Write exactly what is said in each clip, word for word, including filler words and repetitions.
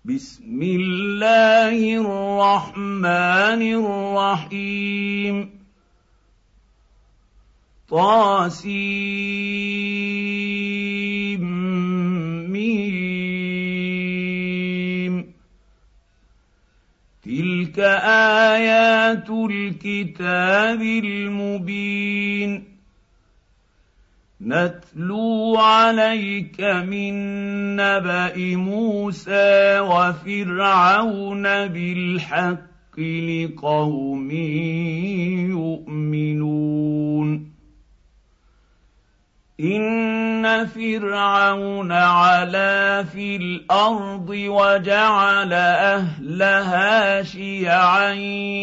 بسم الله الرحمن الرحيم طاسيم ميم تلك آيات الكتاب المبين نتلو عليك من نبأ موسى وفرعون بالحق لقوم يؤمنون إن فرعون علا في الأرض وجعل أهلها شيعا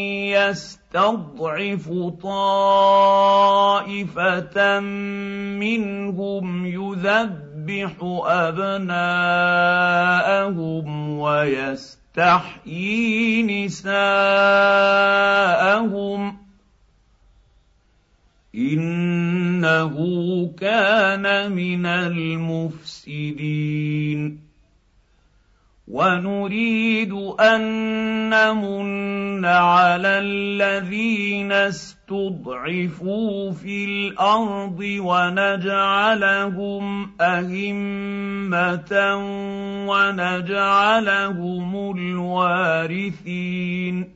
يستضعف طائفة منهم يذبح أبناءهم ويستحيي نساءهم إنه كان من المفسدين ونريد أن نمن على الذين استضعفوا في الأرض ونجعلهم أئمة ونجعلهم الوارثين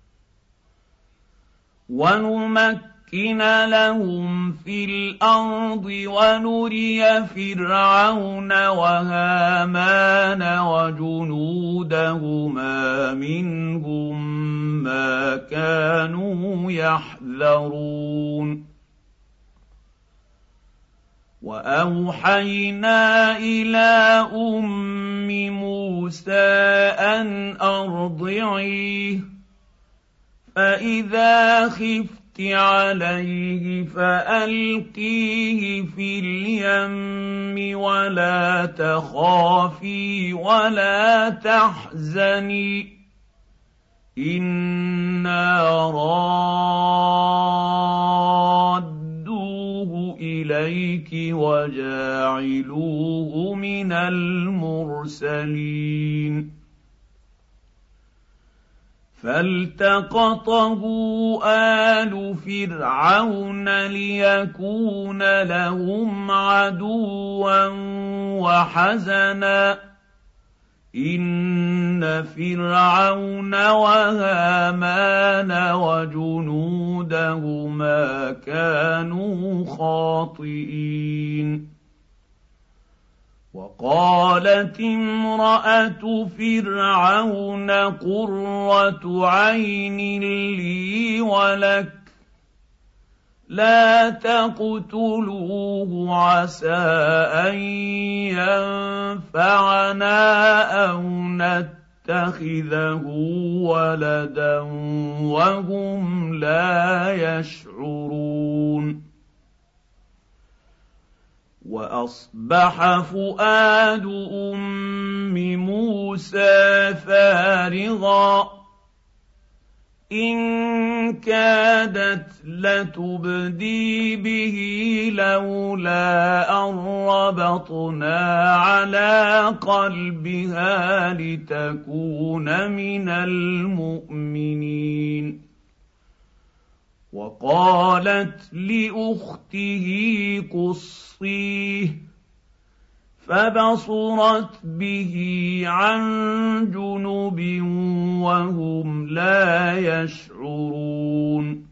ونمكن نمكن لهم في الأرض ونري فرعون وهامان وجنودهما منهم ما كانوا يحذرون وأوحينا إلى أم موسى أن أرضعيه فإذا خفت عليه فألقيه في اليم ولا تخافي ولا تحزني إنا رادوه إليك وجاعلوه من المرسلين فالتقطه آل فرعون ليكون لهم عدوا وحزنا إن فرعون وهامان وجنودهما كانوا خاطئين وقالت امرأة فرعون قرة عين لي ولك لا تقتلوه عسى أن ينفعنا أو نتخذه ولدا وهم لا يشعرون وأصبح فؤاد أم موسى فارغا إن كادت لتبدي به لولا أن ربطنا على قلبها لتكون من المؤمنين وقالت لأخته قصيه فبصرت به عن جنب وهم لا يشعرون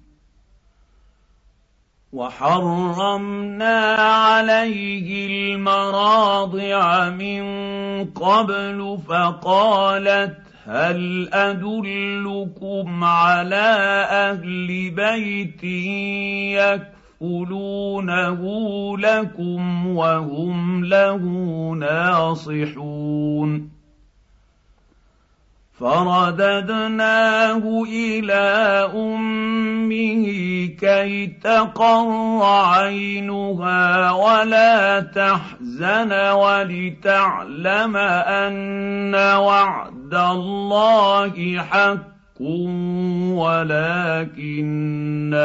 وحرمنا عليه المراضع من قبل فقالت هل أدلكم على أهل بيت يكفلونه لكم وهم له ناصحون فرددناه إلى أمه كي تقر عينها ولا تحزن ولتعلم أن وعد الله حق ولكن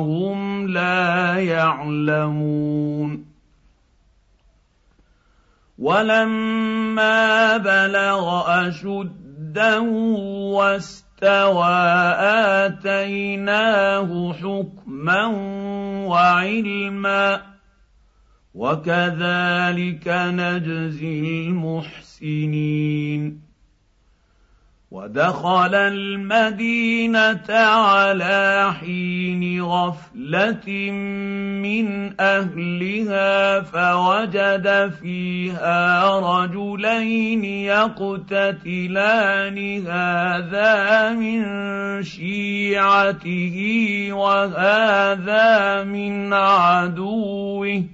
أكثرهم لا يعلمون ولما بلغ أشده واستوى آتيناه حكما وعلما وكذلك نجزي المحسنين ودخل المدينة على حين غفلة من أهلها فوجد فيها رجلين يقتتلان هذا من شيعته وهذا من عدوه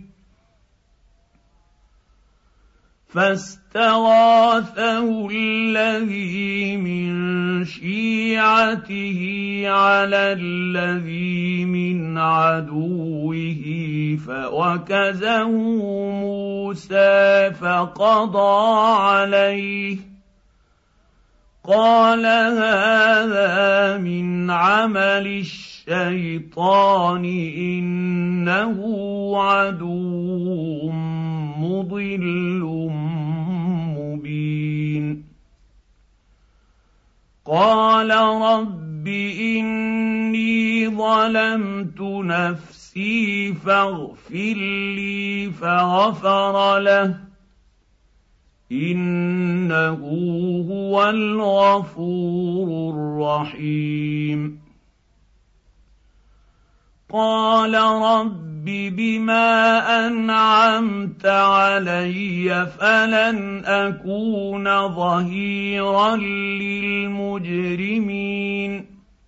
فاستغاثه الذي من شيعته على الذي من عدوه فوكزه موسى فقضى عليه قال هذا من عمل الشيطان إنه عدو مضل مبين قال رب إني ظلمت نفسي فاغفر لي فغفر له إنه هو الغفور الرحيم قال رب بما أنعمت علي فلن أكون ظهيرا للمجرمين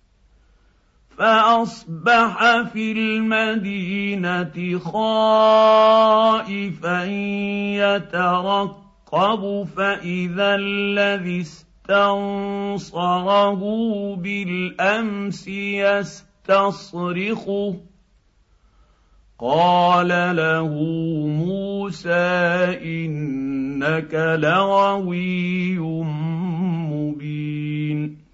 فأصبح في المدينة خائفا يترقب فإذا الذي استنصره بالأمس يستصرخه قال له موسى إنك لغوي مبين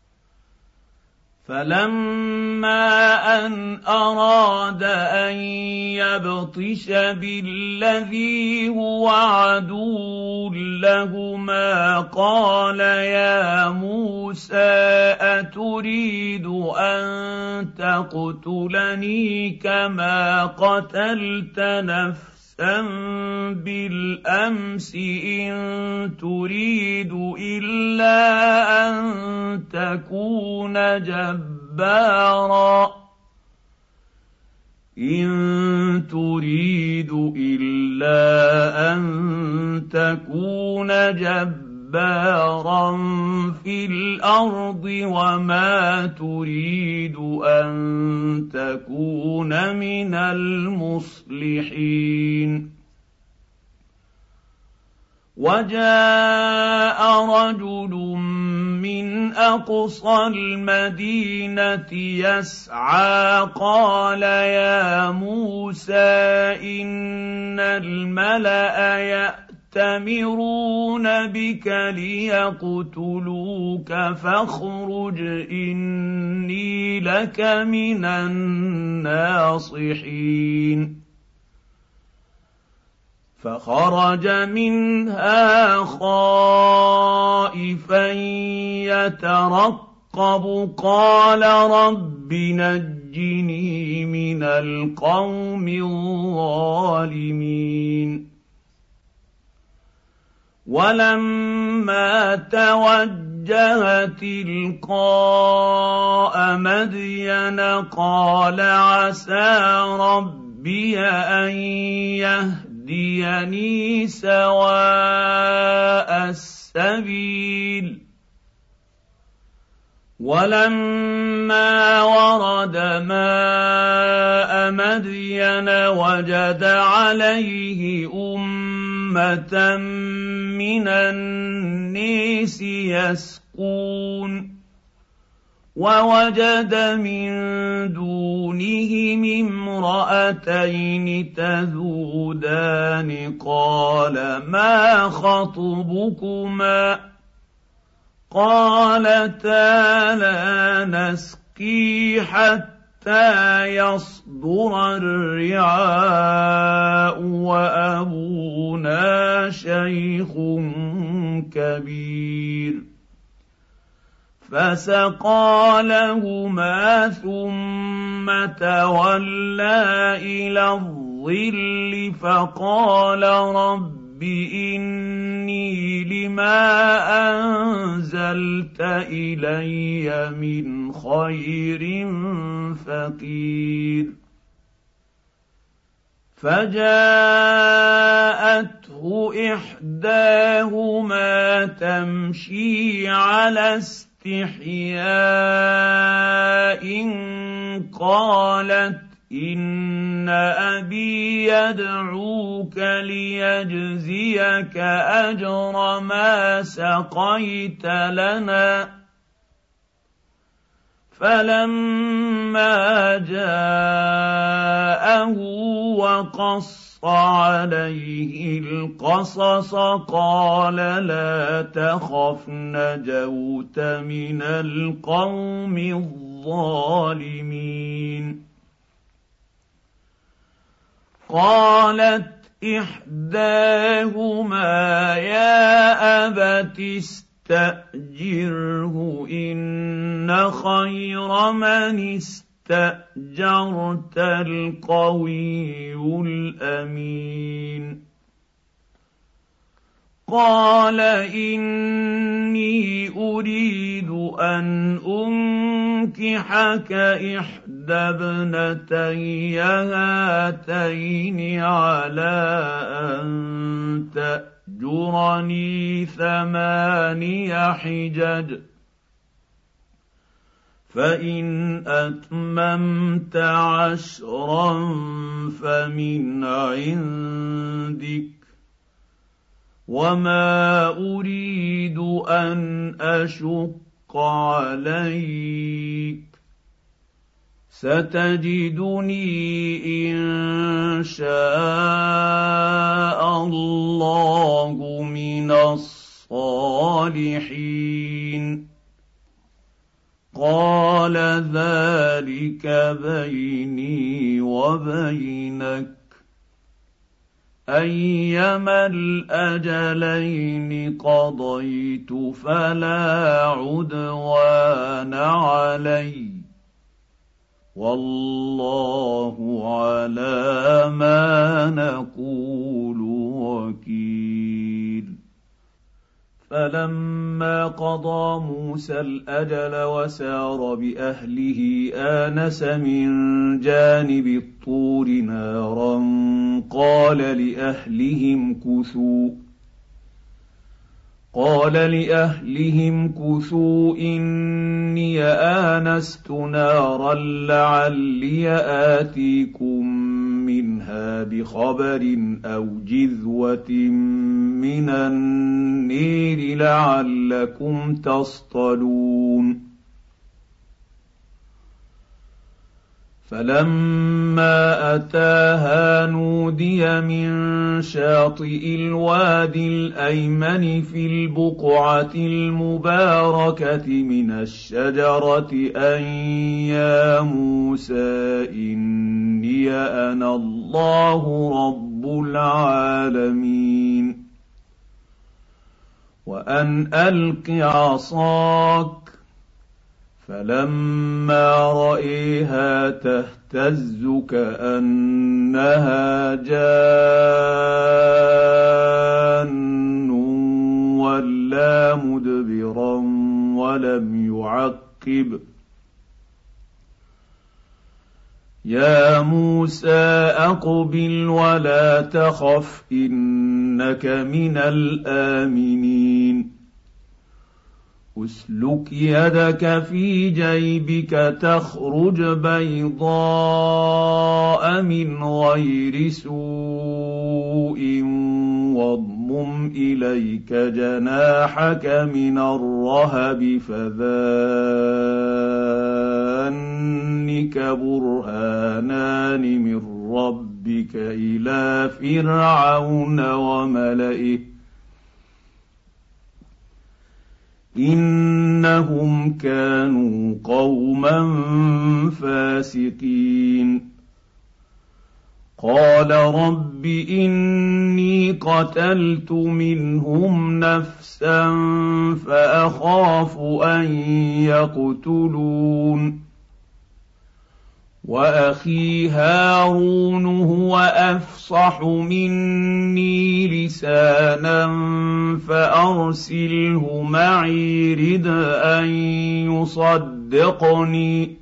فلما أن أراد أن يبطش بالذي هو عدو لهما قال يا موسى أتريد أن تقتلني كما قتلت نفسا بالأمس إن تريد إلا أن تكون جبارا إن تريد إلا أن تكون جبارا في الأرض وما تريد أن تكون من المصلحين وجاء رجل من أقصى المدينة يسعى قال يا موسى إن الملأ يأتمرون بك ليقتلوك فاخرج إني لك من الناصحين فخرج منها خائفا يترقب قال رب نجني من القوم الظالمين ولما توجه تلقاء مدين قال عسى ربي أن يهدي يهديني سواء السبيل ولما ورد ماء مدين وجد عليه أمة من الناس يسقون ووجد من دونهم امرأتين تذودان قال ما خطبكما قالتا لا نسقي حتى حتى يصدر الرعاء وأبونا شيخ كبير. فسقى لهما ثم تولى إلى الظل فقال رب إني لما أنزلت إلي من خير فقير. فجاءته إحداهما تمشي على استحياء قالت إن أبي يدعوك ليجزيك أجر ما سقيت لنا. فلما جاءه وقص عليه القصص قال لا تخف نجوت من القوم الظالمين. قالت إحداهما يا أبت استأجره إن خير من استأجرت القوي الأمين. قال إني أريد أن أنكحك إحدى ابنتي هاتين على أن تأجرني ثماني حجج فإن أتممت عشرا فمن عندك وما أريد أن أشق عليك ستجدني إن شاء الله من الصالحين. قال ذلك بيني وبينك أيما الأجلين قضيت فلا عدوان علي والله على ما نقول وكيل. فلما قضى موسى الأجل وسار بأهله آنس من جانب الطور نارا قال لأهلهم كثوا قال لأهلهم كثوا إني آنست نارا لعلي آتيكم منها بخبر أو جذوة من النير لعلكم تصطلون. فلما أتاها نودي من شاطئ الوادي الأيمن في البقعة المباركة من الشجرة أن يا موسى إني أنا الله رب العالمين وأن ألق عصاك. فلما رأيها تهتز كأنها جان ولا مدبرا ولم يعقب. يا موسى أقبل ولا تخف إنك من الآمنين. اسلك يدك في جيبك تخرج بيضاء من غير سوء واضمم إليك جناحك من الرهب فذانك برهانان من ربك إلى فرعون وملئه إنهم انهم كانوا قوما فاسقين. قال رب اني قتلت منهم نفسا فاخاف ان يقتلون واخي هارون هو افصح مني لسانا فارسله معي رد ان يصدقني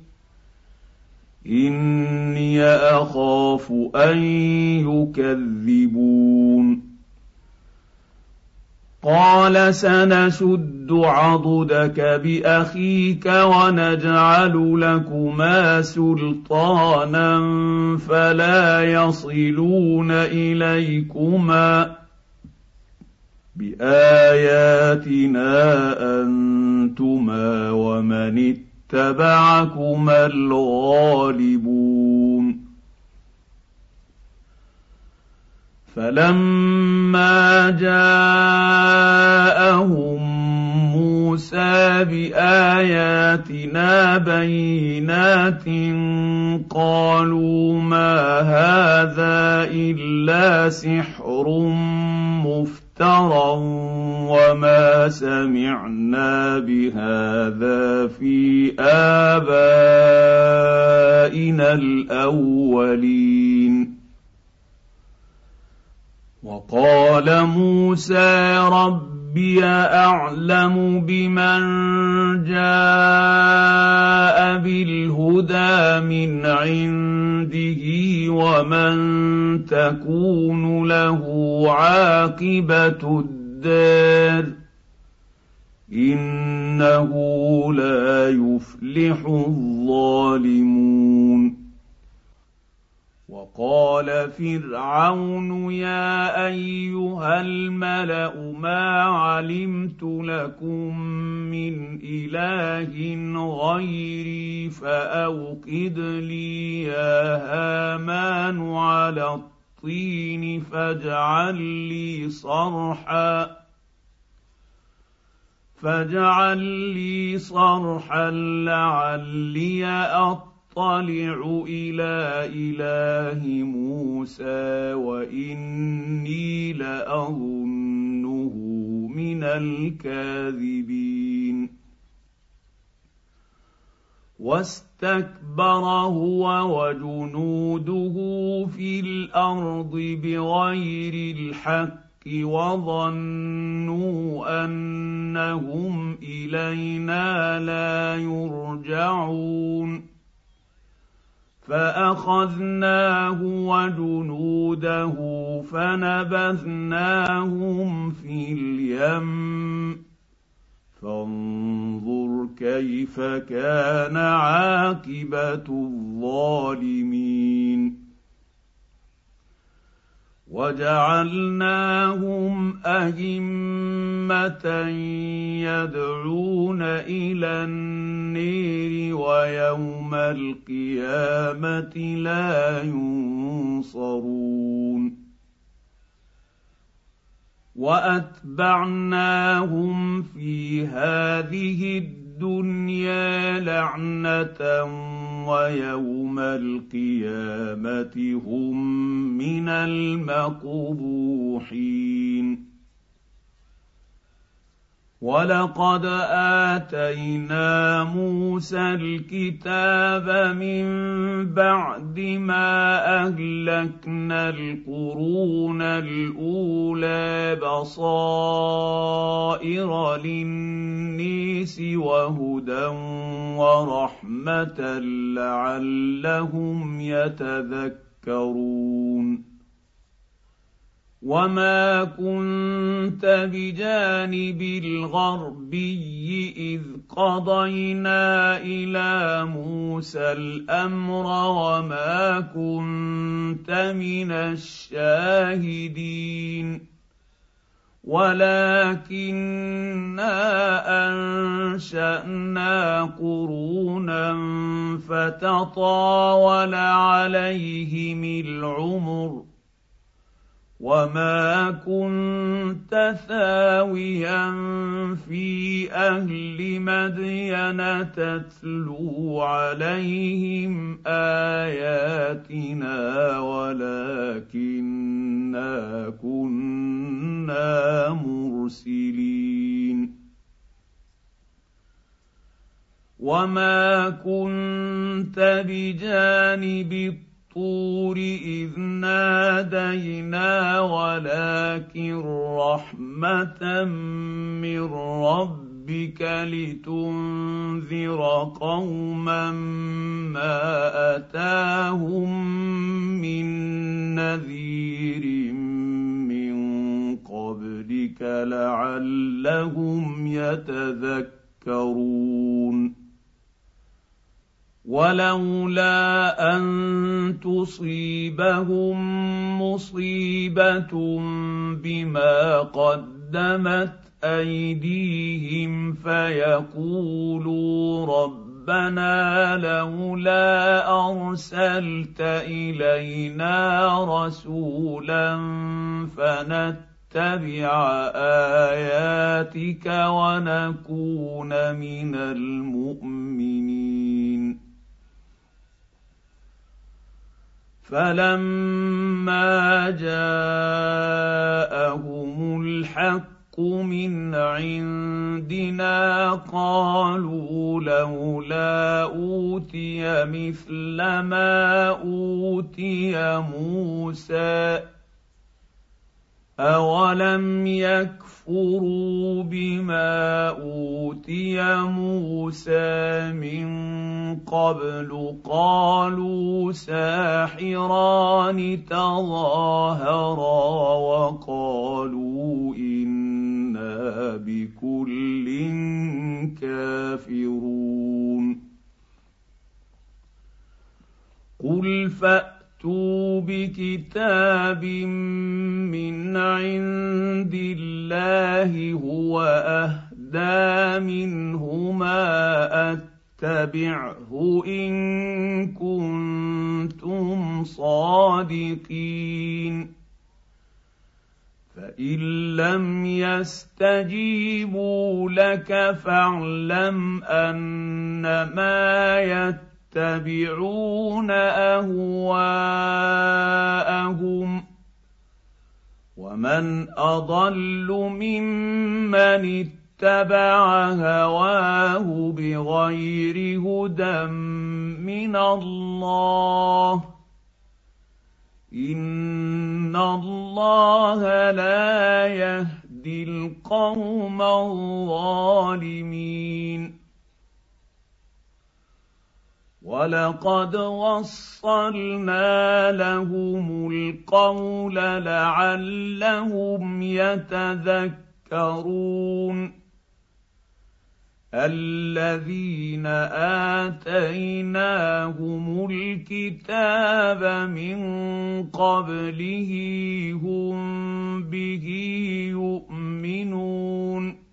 اني اخاف ان يكذبون. قال سنشد عضدك باخيك ونجعل لكما سلطانا فلا يصلون اليكما باياتنا انتما ومن اتبعكما الغالبون. فلما جاءهم موسى بآياتنا بينات قالوا ما هذا إلا سحر مفترى وما سمعنا بهذا في آبائنا الأولين. وقال موسى ربي أعلم بمن جاء بالهدى من عنده ومن تكون له عاقبة الدار إنه لا يفلح الظالمون. وقال فرعون يا أيها الملأ ما علمت لكم من إله غيري فأوقد لي يا هامان على الطين فاجعل لي صرحا فاجعل لي صرحا لعلي أطلع اطلع الى اله موسى واني لاظنه من الكاذبين. واستكبر هو وجنوده في الارض بغير الحق وظنوا انهم الينا لا يرجعون فأخذناه وجنوده فنبذناهم في اليم فانظر كيف كان عاقبة الظالمين. وجعلناهم أئمة يدعون إلى النير ويوم القيامة لا ينصرون. وأتبعناهم في هذه الدنيا لعنة ويوم القيامة هم من المقبوحين. ولقد آتينا موسى الكتاب من بعد ما أهلكنا القرون الأولى بصائر للناس وهدى ورحمة لعلهم يتذكرون. وما كنت بجانب الغربي إذ قضينا إلى موسى الأمر وما كنت من الشاهدين ولكننا أنشأنا قرونا فتطاول عليهم العمر وما كنت ثاويا في اهل مدين تتلو عليهم اياتنا ولكنا كنا مرسلين وما كنت بجانب الطور إذ نادينا ولكن رحمة من ربك لتنذر قوما ما أتاهم من نذير من قبلك لعلهم يتذكرون ولولا أن تصيبهم مصيبة بما قدمت أيديهم فيقولوا ربنا لولا أرسلت إلينا رسولا فنتبع آياتك ونكون من المؤمنين فلما جاءهم الحق من عندنا قالوا لولا أوتي مثل ما أوتي موسى أولم يكفروا بما أوتي موسى من قبل قالوا ساحران تظاهرا وقالوا إنا بكل كافرون قل فأتوا فَأْتُوا بِكِتَابٍ مِّنْ عِندِ اللَّهِ هُوَ أَهْدَىٰ مِنْهُمَا أَتَّبِعْهُ إِن كُنتُمْ صَادِقِينَ فَإِن لَّمْ يَسْتَجِيبُوا لَكَ فَاعْلَمْ أَنَّمَا يَتَّبِعُونَ يتبعون أهواءهم ومن أضل ممن اتبع هواه بغير هدى من الله إن الله لا يهدي القوم الظالمين وَلَقَدْ وَصَّلْنَا لَهُمُ الْقَوْلَ لَعَلَّهُمْ يَتَذَكَّرُونَ الَّذِينَ آتَيْنَاهُمُ الْكِتَابَ مِنْ قَبْلِهِ هُمْ بِهِ يُؤْمِنُونَ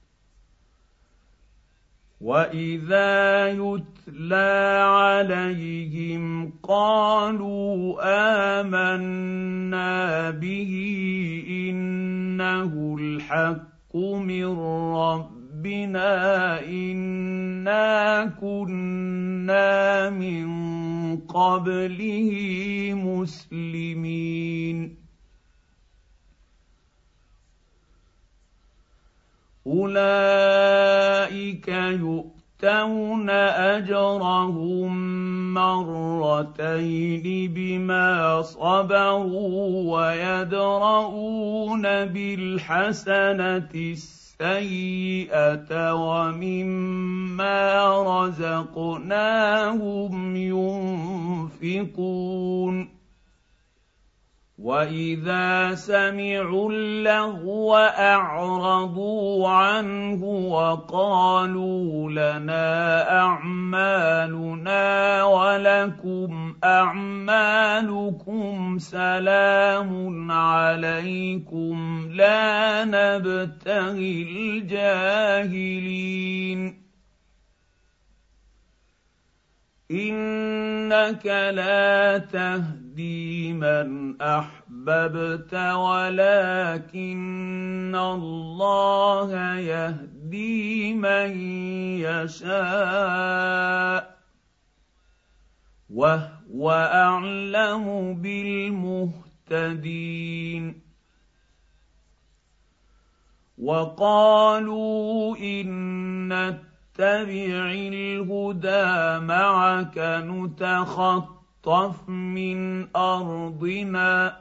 وَإِذَا يُتْلَىٰ عَلَيْهِمْ قَالُوا آمَنَّا بِهِ إِنَّهُ الْحَقُّ مِن رَّبِّنَا إِنَّا كُنَّا مِن قَبْلِهِ مُسْلِمِينَ أُولَٰئِكَ يُؤْتَوْنَ أَجْرَهُم مَّرَّتَيْنِ بِمَا صَبَرُوا وَيَدْرَءُونَ بِالْحَسَنَةِ السَّيِّئَةَ وَمِمَّا رَزَقْنَاهُمْ يُنفِقُونَ وَإِذَا سَمِعُوا اللَّغْوَ أَعْرَضُوا عَنْهُ وَقَالُوا لَنَا أَعْمَالُنَا وَلَكُمْ أَعْمَالُكُمْ سَلَامٌ عَلَيْكُمْ لَا نَبْتَغِي الْجَاهِلِينَ إنك لا تهدي من أحببت ولكن الله يهدي من يشاء وهو أعلم بالمهتدين. وقالوا إن نتبع الهدى معك نتخطف من أرضنا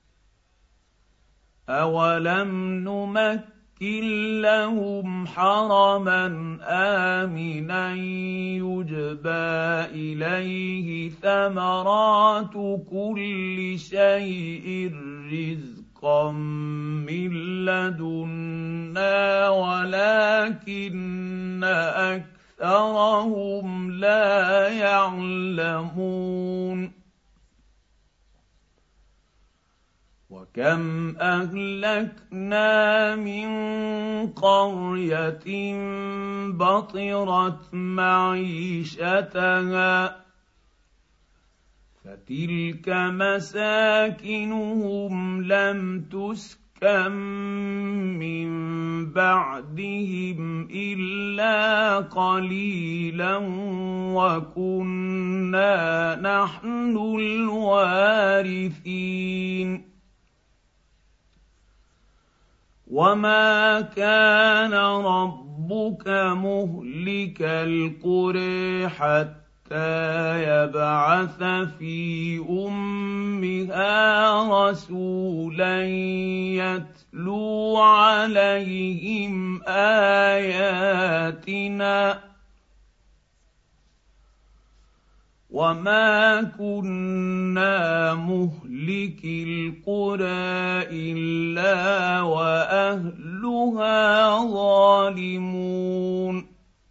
أولم نمكن لهم حرما آمنا يجبى إليه ثمرات كل شيء رزقا من لدنا ولكن أكثرهم لا يعلمون. وكم أهلكنا من قرية بطرت معيشتها فتلك مساكنهم لم تسكن من بعدهم إلا قليلا وكنا نحن الوارثين. وما كان ربك مهلك القرى حتى يبعث في أمها رسولا يتلو عليهم آياتنا وما كنا مهلك القرى إلا وأهلها ظالمون.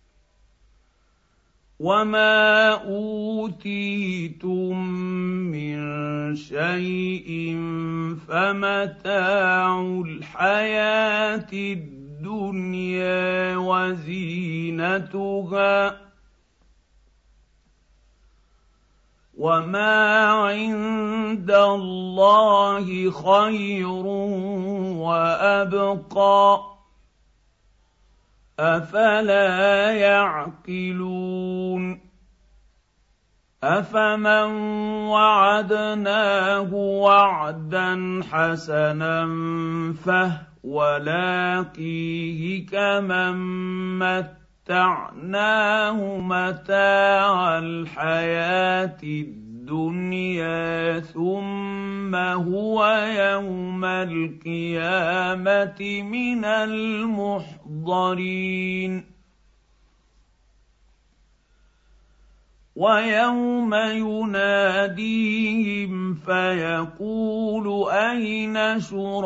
وما أوتيتم من شيء فمتاع الحياة الدنيا وزينتها وما عند الله خير وأبقى أفلا يعقلون. أفمن وعدناه وعدا حسنا فهو لاقيه كمن متعناه متاع الحياة الدنيا ثم هو يوم القيامة من المحضرين. ويوم يناديهم فيقول أين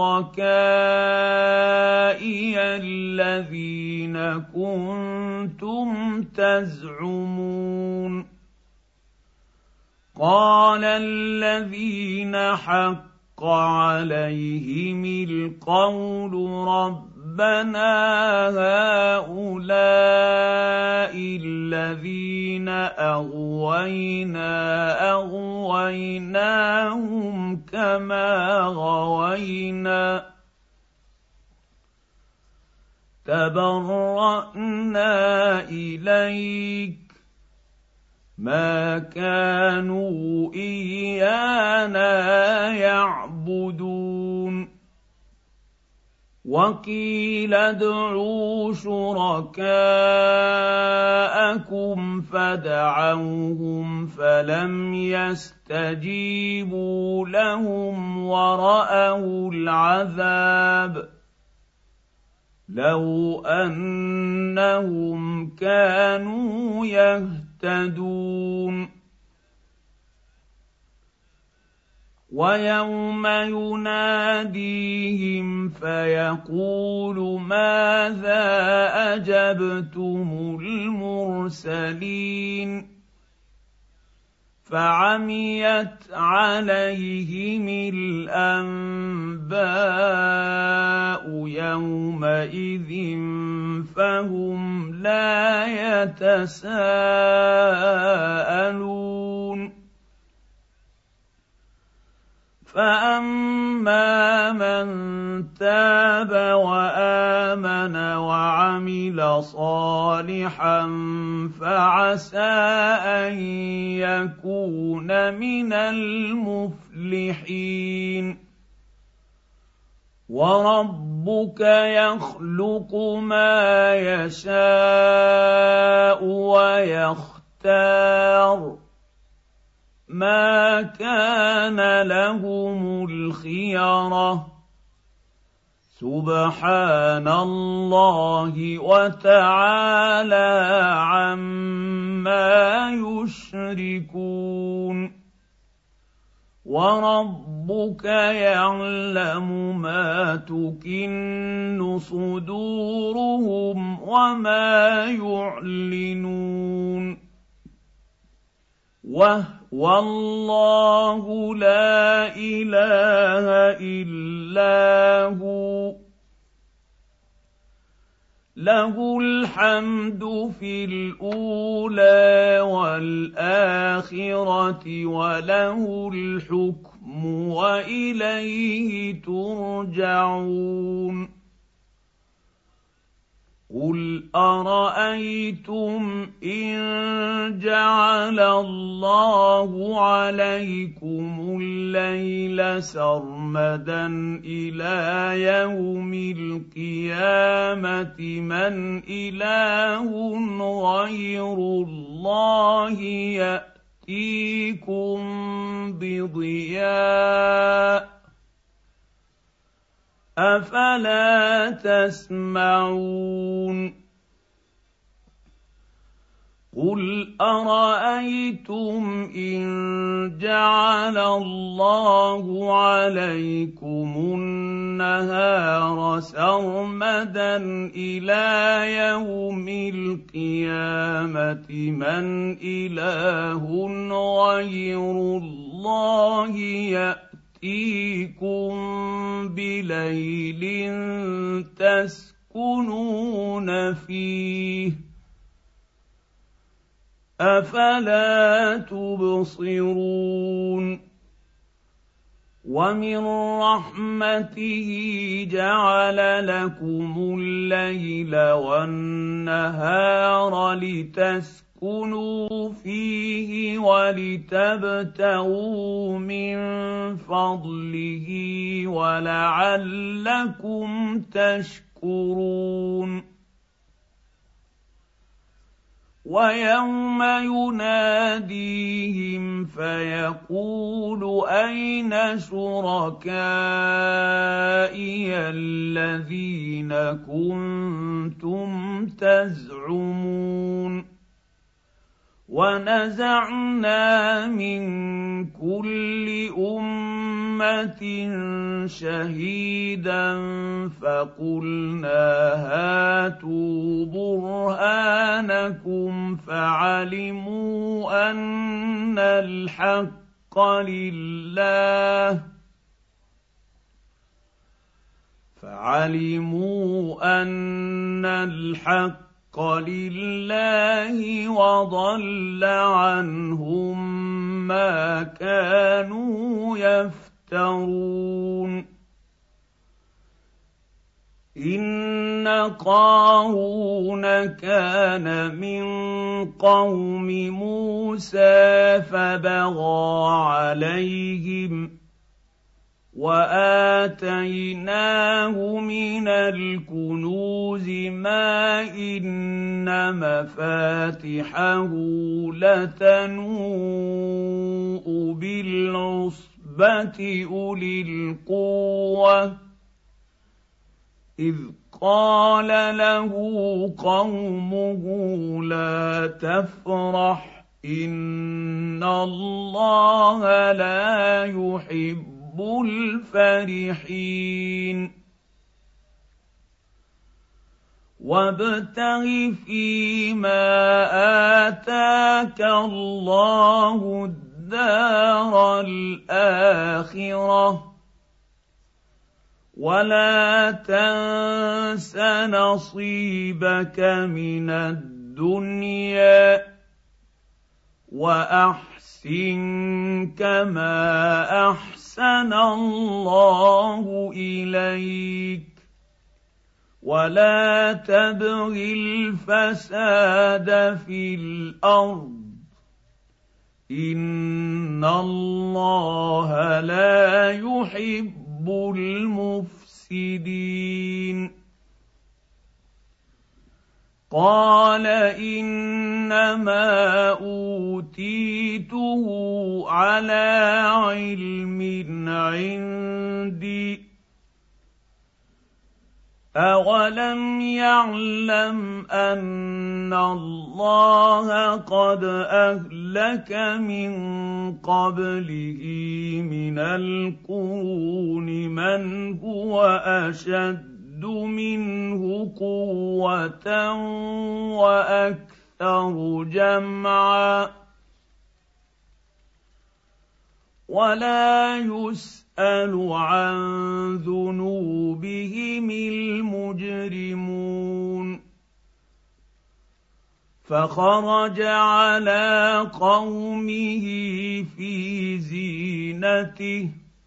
شركائي الذين كنتم تزعمون قال الذين حق عليهم القول ربنا هؤلاء الذين أغوينا أغويناهم كما غوينا تبرأنا إليك ما كانوا إيانا يعبدون. وقيل ادعوا شركاءكم فدعوهم فلم يستجيبوا لهم ورأوا العذاب لو أنهم كانوا يهتدون. ويوم يناديهم فيقول ماذا أجبتم المرسلين فعميت عليهم الانباء يومئذ فهم لا يتساءلون فاما من تاب وامن وعمل صالحا فعسى ان يكون من المفلحين وربك يخلق ما يشاء ويختار ما كان لهم الخيره سبحان الله وتعالى عما يشركون وربك يعلم ما تكن صدورهم وما يعلنون وهو الله لا اله الا هو له الحمد في الاولى والاخره وله الحكم واليه ترجعون قل ارايتم ان جعل الله عليكم الليل سرمدا الى يوم القيامه من اله غير الله ياتيكم بضياء افلا تسمعون قل ارايتم ان جعل الله عليكم النهار سرمدا الى يوم القيامه من اله غير الله ياتيكم بليل تسكنون فيه افلا تبصرون ومن رحمته جعل لكم الليل والنهار لتسكنوا فيه ولتبتغوا من فضله ولعلكم تشكرون ويوم يناديهم فيقول اين شركائي الذين كنتم تزعمون ونزعنا من كل امه شهيدا فقلنا هاتوا برهانكم فعلموا ان الحق لله فعلموا ان الحق لله وضل عنهم ما كانوا يفترون ان قارون كان من قوم موسى فبغى عليهم واتيناه من الكنوز ما ان مفاتحه لتنوء بالعصبه اولي القوه اذ قال له قومه لا تفرح ان الله لا يحب الفرحين وابتغ فيما آتاك الله الدار الآخرة ولا تنس نصيبك من الدنيا وأحسن كما أحسن الله إليك ولا تبغ الفساد في الأرض إن الله لا يحب المفسدين قال إنما أوتيته على علم عندي أولم يعلم أن الله قد أهلك من قبله من القرون من هو أشد منه قوة وأكثر جمعا ولا يسأل عن ذنوبهم المجرمون فخرج على قومه في زينته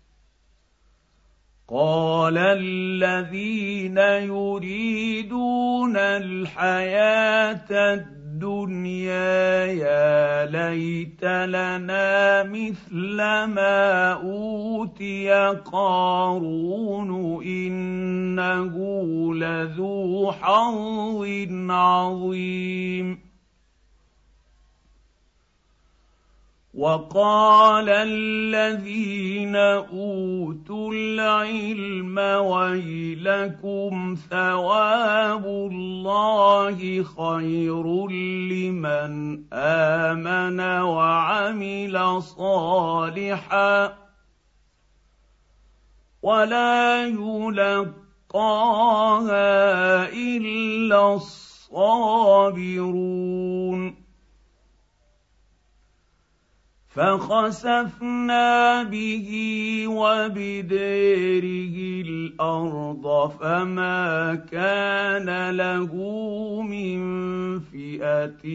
قال الذين يريدون الحياة الدنيا يا ليت لنا مثل ما أوتي قارون إنه لذو حظ عظيم وقال الذين أوتوا العلم ويلكم ثواب الله خير لمن آمن وعمل صالحا ولا يلقاها إلا الصابرون فخسفنا به وبداره الأرض فما كان له من فئة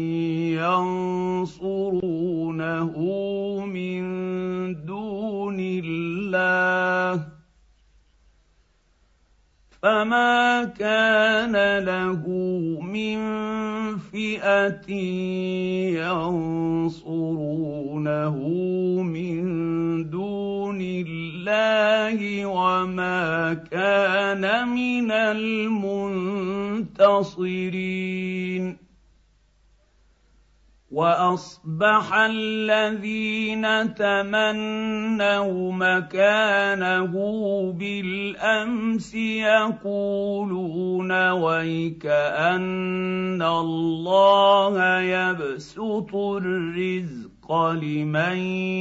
ينصرونه من دون الله فما كان له من فئة ينصرونه من دون الله وما كان من المنتصرين وأصبح الذين تمنوا مكانه بالأمس يقولون ويك أن الله يبسط الرزق لمن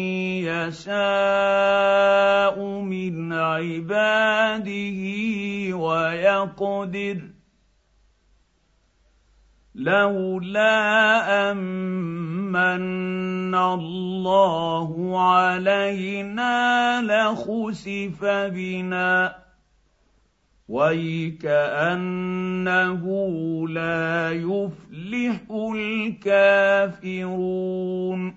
يشاء من عباده ويقدر لولا أمن الله علينا لخسف بنا ويكأنه لا يفلح الكافرون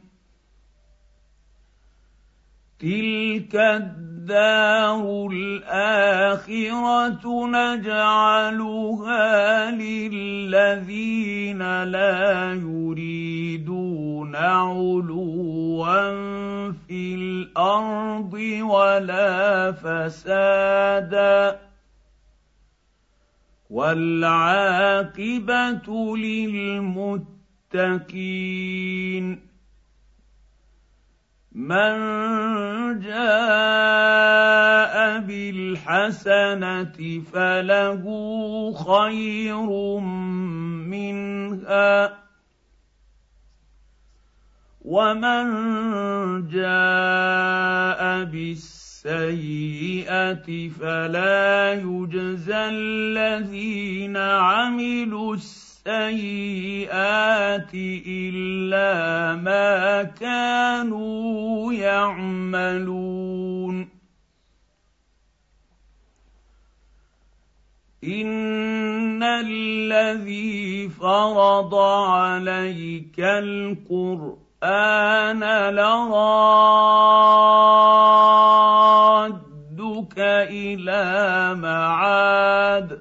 تلك الدار الآخرة نجعلها للذين لا يريدون علوا في الأرض ولا فسادا والعاقبة للمتقين من جاء بالحسنة فله خير منها ومن جاء بالسيئة فلا يجزى الذين عملوا السيئة السيئات إلا ما كانوا يعملون إن الذي فرض عليك القرآن لرادك إلى معاد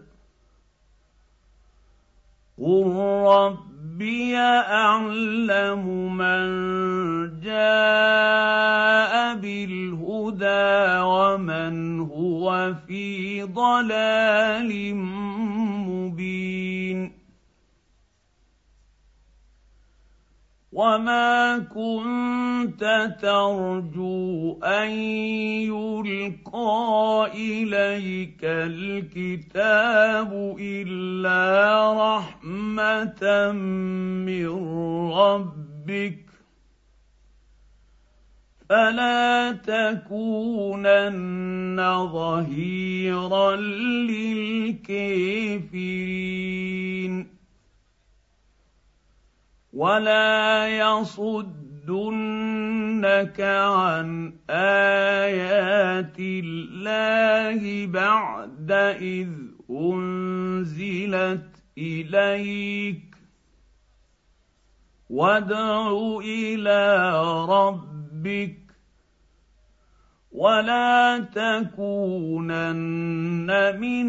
قل ربي أعلم من جاء بالهدى ومن هو في ضلال مبين وما كنت ترجو أن يلقى إليك الكتاب إلا رحمة من ربك فلا تكونن ظهيرا للكافرين ولا يصدنك عن آيات الله بعد إذ أنزلت إليك وادع إلى ربك ولا تكونن من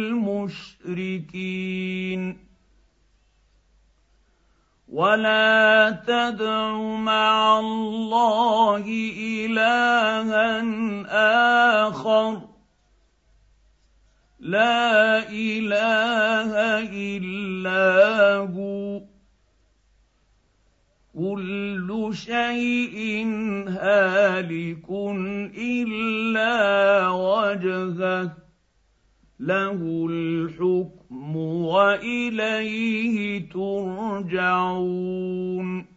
المشركين ولا تدع مع الله إلها آخر لا إله إلا هو كل شيء هالك إلا وجهه له الحكم وإليه ترجعون